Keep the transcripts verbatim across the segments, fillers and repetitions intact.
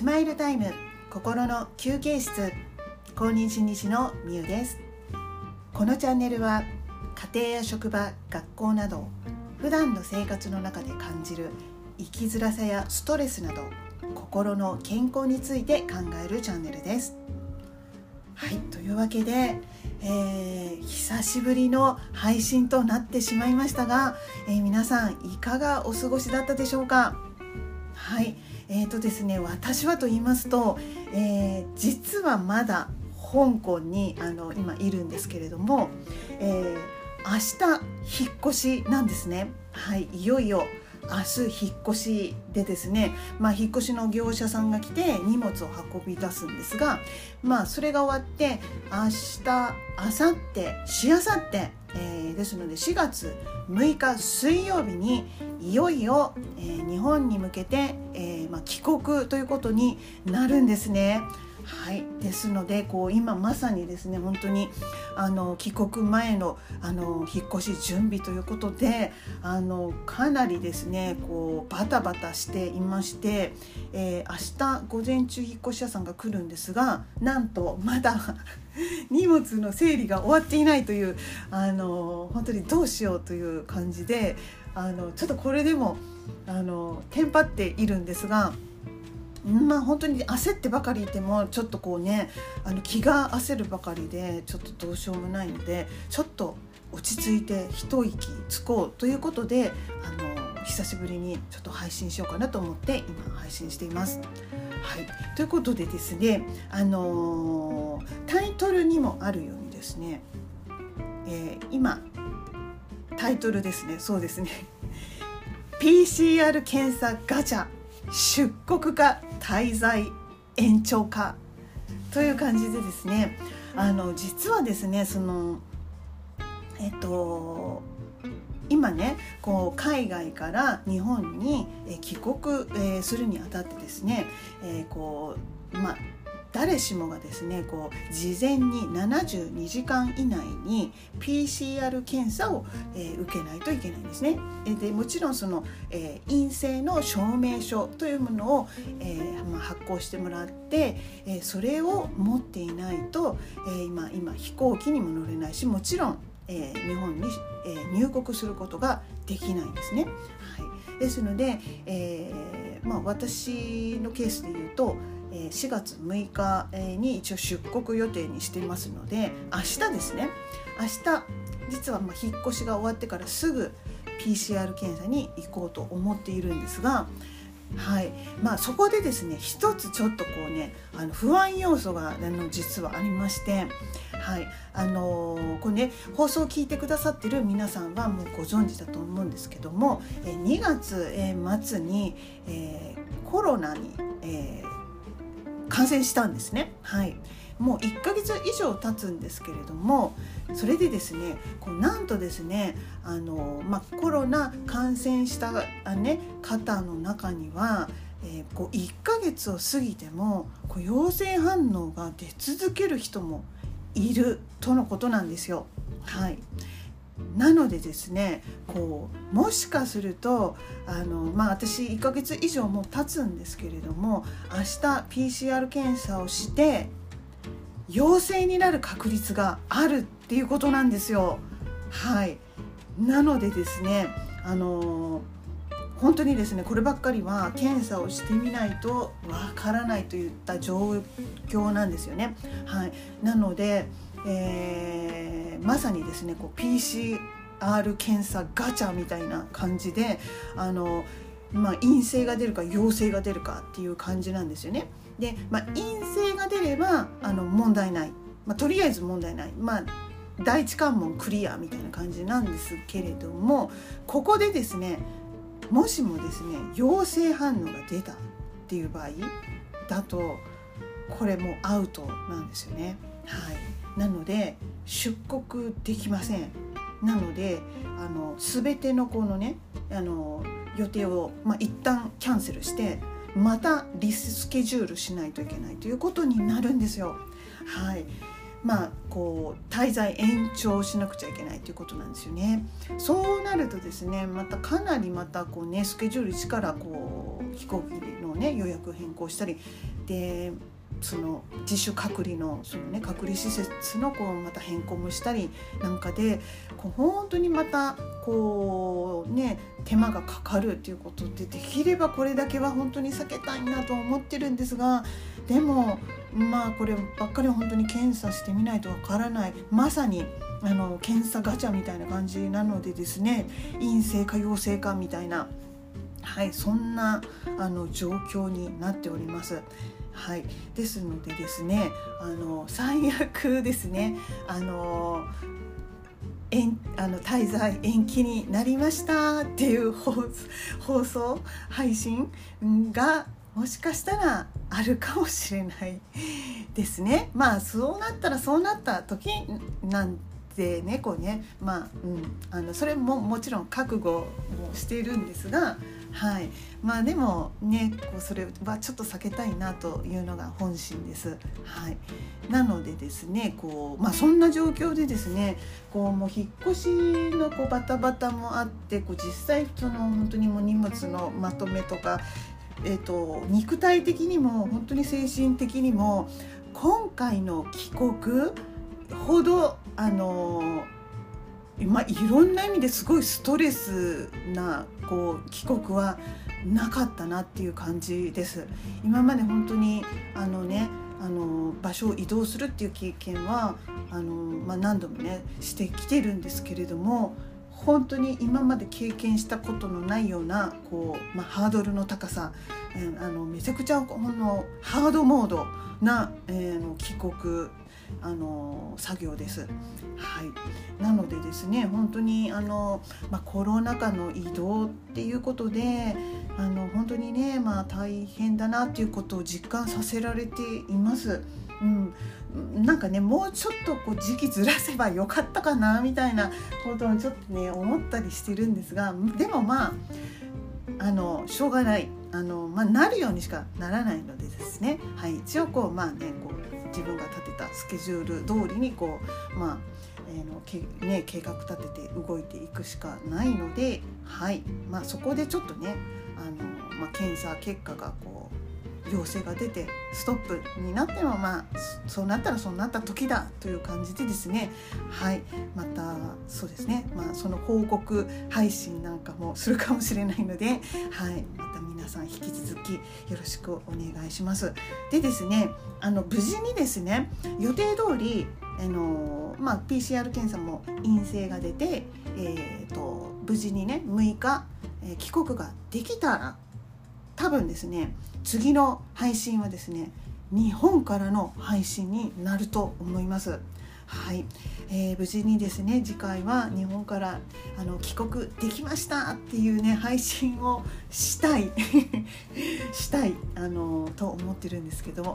スマイルタイム心の休憩室公認心理師のみゆです。このチャンネルは家庭や職場、学校など普段の生活の中で感じる生きづらさやストレスなど心の健康について考えるチャンネルです。はい、というわけで、えー、久しぶりの配信となってしまいましたが、えー、皆さんいかがお過ごしだったでしょうか。はい、えーとですね、私はと言いますと、えー、実はまだ香港にあの今いるんですけれども、えー、明日引っ越しなんですね。はい、いよいよ明日引っ越しでですね、まあ、引っ越しの業者さんが来て荷物を運び出すんですが、まあ、それが終わって明日、明後日、しあさって、えー、ですのでしがつむいか水曜日にいよいよ、えー、日本に向けて、えーまあ、帰国ということになるんですね。はい、ですのでこう今まさにですね本当にあの帰国前のあの引っ越し準備ということであのかなりですねこうバタバタしていまして、えー、明日午前中引っ越し屋さんが来るんですが、なんとまだ荷物の整理が終わっていないというあの本当にどうしようという感じであのちょっとこれでもあのテンパっているんですが、まあ、本当に焦ってばかりいてもちょっとこうねあの気が焦るばかりでちょっとどうしようもないので、ちょっと落ち着いて一息つこうということであの久しぶりにちょっと配信しようかなと思って今配信しています。はい、ということでですね、あのー、タイトルにもあるようにですね、えー、今タイトルですね、そうですねピーシーアール 検査ガチャ出国か滞在延長かという感じでですね、あの実はですねそのえっと今ねこう海外から日本に帰国、えー、するにあたってですね、えー、こうまあ誰しもがですねこう事前にななじゅうにじかん以内に ピーシーアール 検査を、えー、受けないといけないんですね。でもちろんその、えー、陰性の証明書というものを、えーまあ、発行してもらって、えー、それを持っていないと、えー、今, 今飛行機にも乗れないし、もちろん、えー、日本に、えー、入国することができないんですね。はい、ですので、えーまあ、私のケースで言うとしがつむいかに一応出国予定にしていますので、明日ですね明日実はまあ引っ越しが終わってからすぐ ピーシーアール 検査に行こうと思っているんですが、はいまあ、そこでですね一つちょっとこうねあの不安要素があの実はありまして、はいあのーこれね、放送を聞いてくださっている皆さんはもうご存知だと思うんですけども、にがつ末に、えー、コロナに、えー感染したんですね。はい、もういっかげつ以上経つんですけれども、それでですねこうなんとですねあの、まあ、コロナ感染したあ、ね、方の中には、えー、こういっかげつを過ぎてもこう陽性反応が出続ける人もいるとのことなんですよ。はいなのでですねこうもしかするとあの、まあ、私いっかげつ以上も経つんですけれども、明日 ピーシーアール 検査をして陽性になる確率があるっていうことなんですよ。はいなのでですねあの本当にですねこればっかりは検査をしてみないとわからないといった状況なんですよね。はいなのでえー、まさにですねこう ピーシーアール 検査ガチャみたいな感じであの、まあ、陰性が出るか陽性が出るかっていう感じなんですよね。で、まあ、陰性が出ればあの問題ない、まあ、とりあえず問題ない、まあ、第一関門クリアみたいな感じなんですけれども、ここでですねもしもですね陽性反応が出たっていう場合だとこれもうアウトなんですよね。はいなので出国できません。なのであの全てのこのねあの予定を、まあ、一旦キャンセルしてまたリスケジュールしないといけないということになるんですよ。はいまあこう滞在延長しなくちゃいけないということなんですよね。そうなるとですねまたかなりまたこうねスケジュール一からこう飛行機のの、ね、予約変更したりで、その自主隔離の、その、ね、隔離施設のこうまた変更もしたりなんかで、こう本当にまたこう、ね、手間がかかるっていうことで、できればこれだけは本当に避けたいなと思ってるんですが、でもまあこればっかりは本当に検査してみないとわからない、まさにあの検査ガチャみたいな感じなのでですね、陰性か陽性かみたいな、はい、そんなあの状況になっております。はい、ですのでですね、あの最悪ですね、あの延あの滞在延期になりましたっていう放放送配信がもしかしたらあるかもしれないですね。まあそうなったらそうなった時なんでね、こうね、まあ、うん、あのそれももちろん覚悟もしているんですが、はい、まあでもね、こうそれはちょっと避けたいなというのが本心です。はい、なのでですね、こう、まあ、そんな状況でですね、こうもう引っ越しのこうバタバタもあって、こう実際その本当にもう荷物のまとめとか、えーと、肉体的にも本当に精神的にも今回の帰国ほどあのまあ、いろんな意味ですごいストレスなこう帰国はなかったなっていう感じです。今まで本当にあの、ね、あの場所を移動するっていう経験はあの、まあ、何度もねしてきてるんですけれども、本当に今まで経験したことのないようなこう、まあ、ハードルの高さ、えー、あのめちゃくちゃこのハードモードな、えー、帰国あの作業です。はい、なのでですね、本当にあの、まあ、コロナ禍の移動っていうことであの本当にね、まあ、大変だなっていうことを実感させられています。うん、なんかね、もうちょっとこう時期ずらせばよかったかなみたいなことをちょっとね思ったりしてるんですが、でもまああのしょうがない、あの、まあ、なるようにしかならないのでですね、はい、一応こうまあねこう自分が立てたスケジュール通りにこうまあ、えーのけね、計画立てて動いていくしかないので、はい、まあ、そこでちょっとねあの、まあ、検査結果がこう陽性が出てストップになっても、まあそうなったらそうなった時だという感じでですね、はい、またそうですね、まあ、その報告配信なんかもするかもしれないので、はい、また皆さん引き続きよろしくお願いします。でですね、あの無事にですね予定通りあの、まあ、ピーシーアール 検査も陰性が出て、えーと、無事にねむいか、えー、帰国ができたら多分ですね次の配信はですね日本からの配信になると思います。はい、えー、無事にですね次回は日本からあの帰国できましたっていうね配信をしたいしたいあのと思ってるんですけど、はい、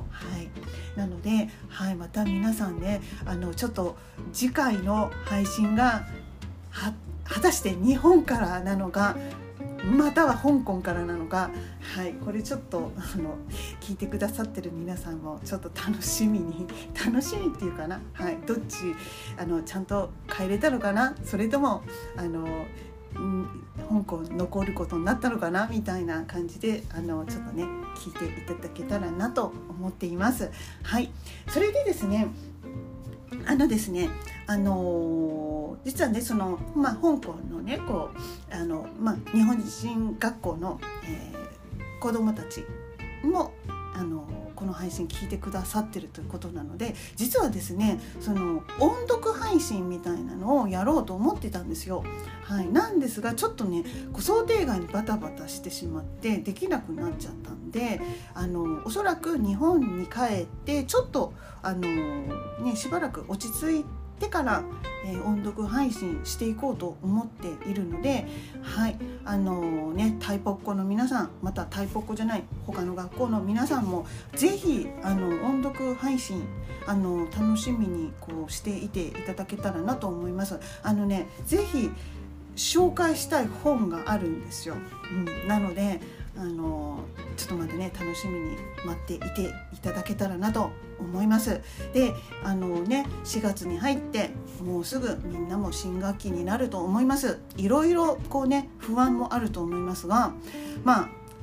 なので、はい、また皆さんねあのちょっと次回の配信がは果たして日本からなのかまたは香港からなのか、はい、これちょっとあの聞いてくださってる皆さんもちょっと楽しみに楽しみっていうかな、はい、どっちあのちゃんと帰れたのかな、それともあの、うん、香港残ることになったのかなみたいな感じであのちょっとね聞いていただけたらなと思っています。はい、それでですねあのですねあの実はねその、まあ、香港のねこうあの、まあ、日本人学校の、えー、子どもたちもあのこの配信聞いてくださってるということなので、実はですねその音読配信みたいなのをやろうと思ってたんですよ。はい、なんですがちょっとね想定外にバタバタしてしまってできなくなっちゃったんで、あのおそらく日本に帰ってちょっとあの、ね、しばらく落ち着いててから、えー、音読配信していこうと思っているので、はいあのー、ねタイポッコの皆さん、またタイポッコじゃない他の学校の皆さんもぜひあの音読配信あの楽しみにこうしていていただけたらなと思います。あのねぜひ紹介したい本があるんですよ。うん、なのであのちょっとまでね楽しみに待っていていただけたらなと思います。であのねしがつに入ってもうすぐみんなも新学期になると思います。いろいろこうね不安もあると思いますが、まあ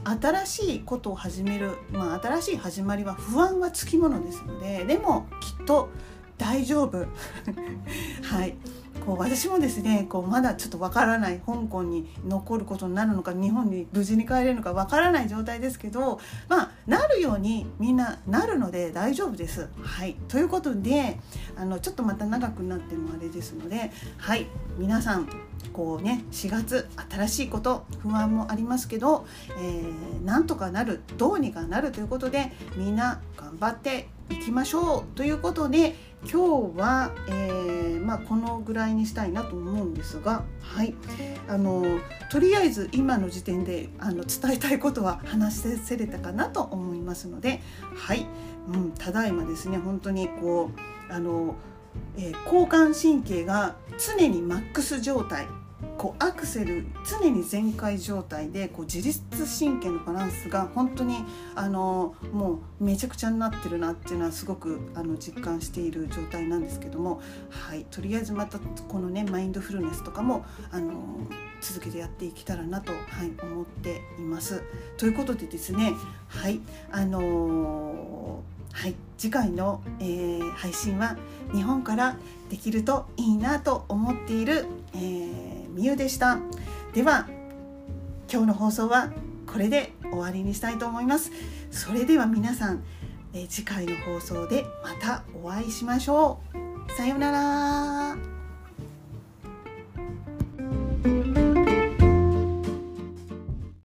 新しいことを始める、まあ、新しい始まりは不安はつきものですので、でもきっと大丈夫はい、こう私もですね、こうまだちょっとわからない、香港に残ることになるのか、日本に無事に帰れるのかわからない状態ですけど、まあなるようにみんななるので大丈夫です。はい、ということで、あのちょっとまた長くなってもあれですので、はい、皆さんこうね、しがつ新しいこと、不安もありますけど、えー、なんとかなる、どうにかなるということで、みんな頑張っていきましょうということで、今日は、えーまあ、このぐらいにしたいなと思うんですが、はい、あのとりあえず今の時点であの伝えたいことは話しせれたかなと思いますので、はい、うん、ただいまですね、本当にこうあの、えー、交感神経が常にマックス状態、こうアクセル常に全開状態で、こう自律神経のバランスが本当にあのもうめちゃくちゃになってるなっていうのはすごくあの実感している状態なんですけども、はい、とりあえずまたこのねマインドフルネスとかもあの続けてやっていけたらなと、はい、思っています。ということでですね、はいあのーはい、次回の、えー、配信は日本からできるといいなと思っている、えー、みゆでした。では今日の放送はこれで終わりにしたいと思います。それでは皆さん、えー、次回の放送でまたお会いしましょう。さようなら。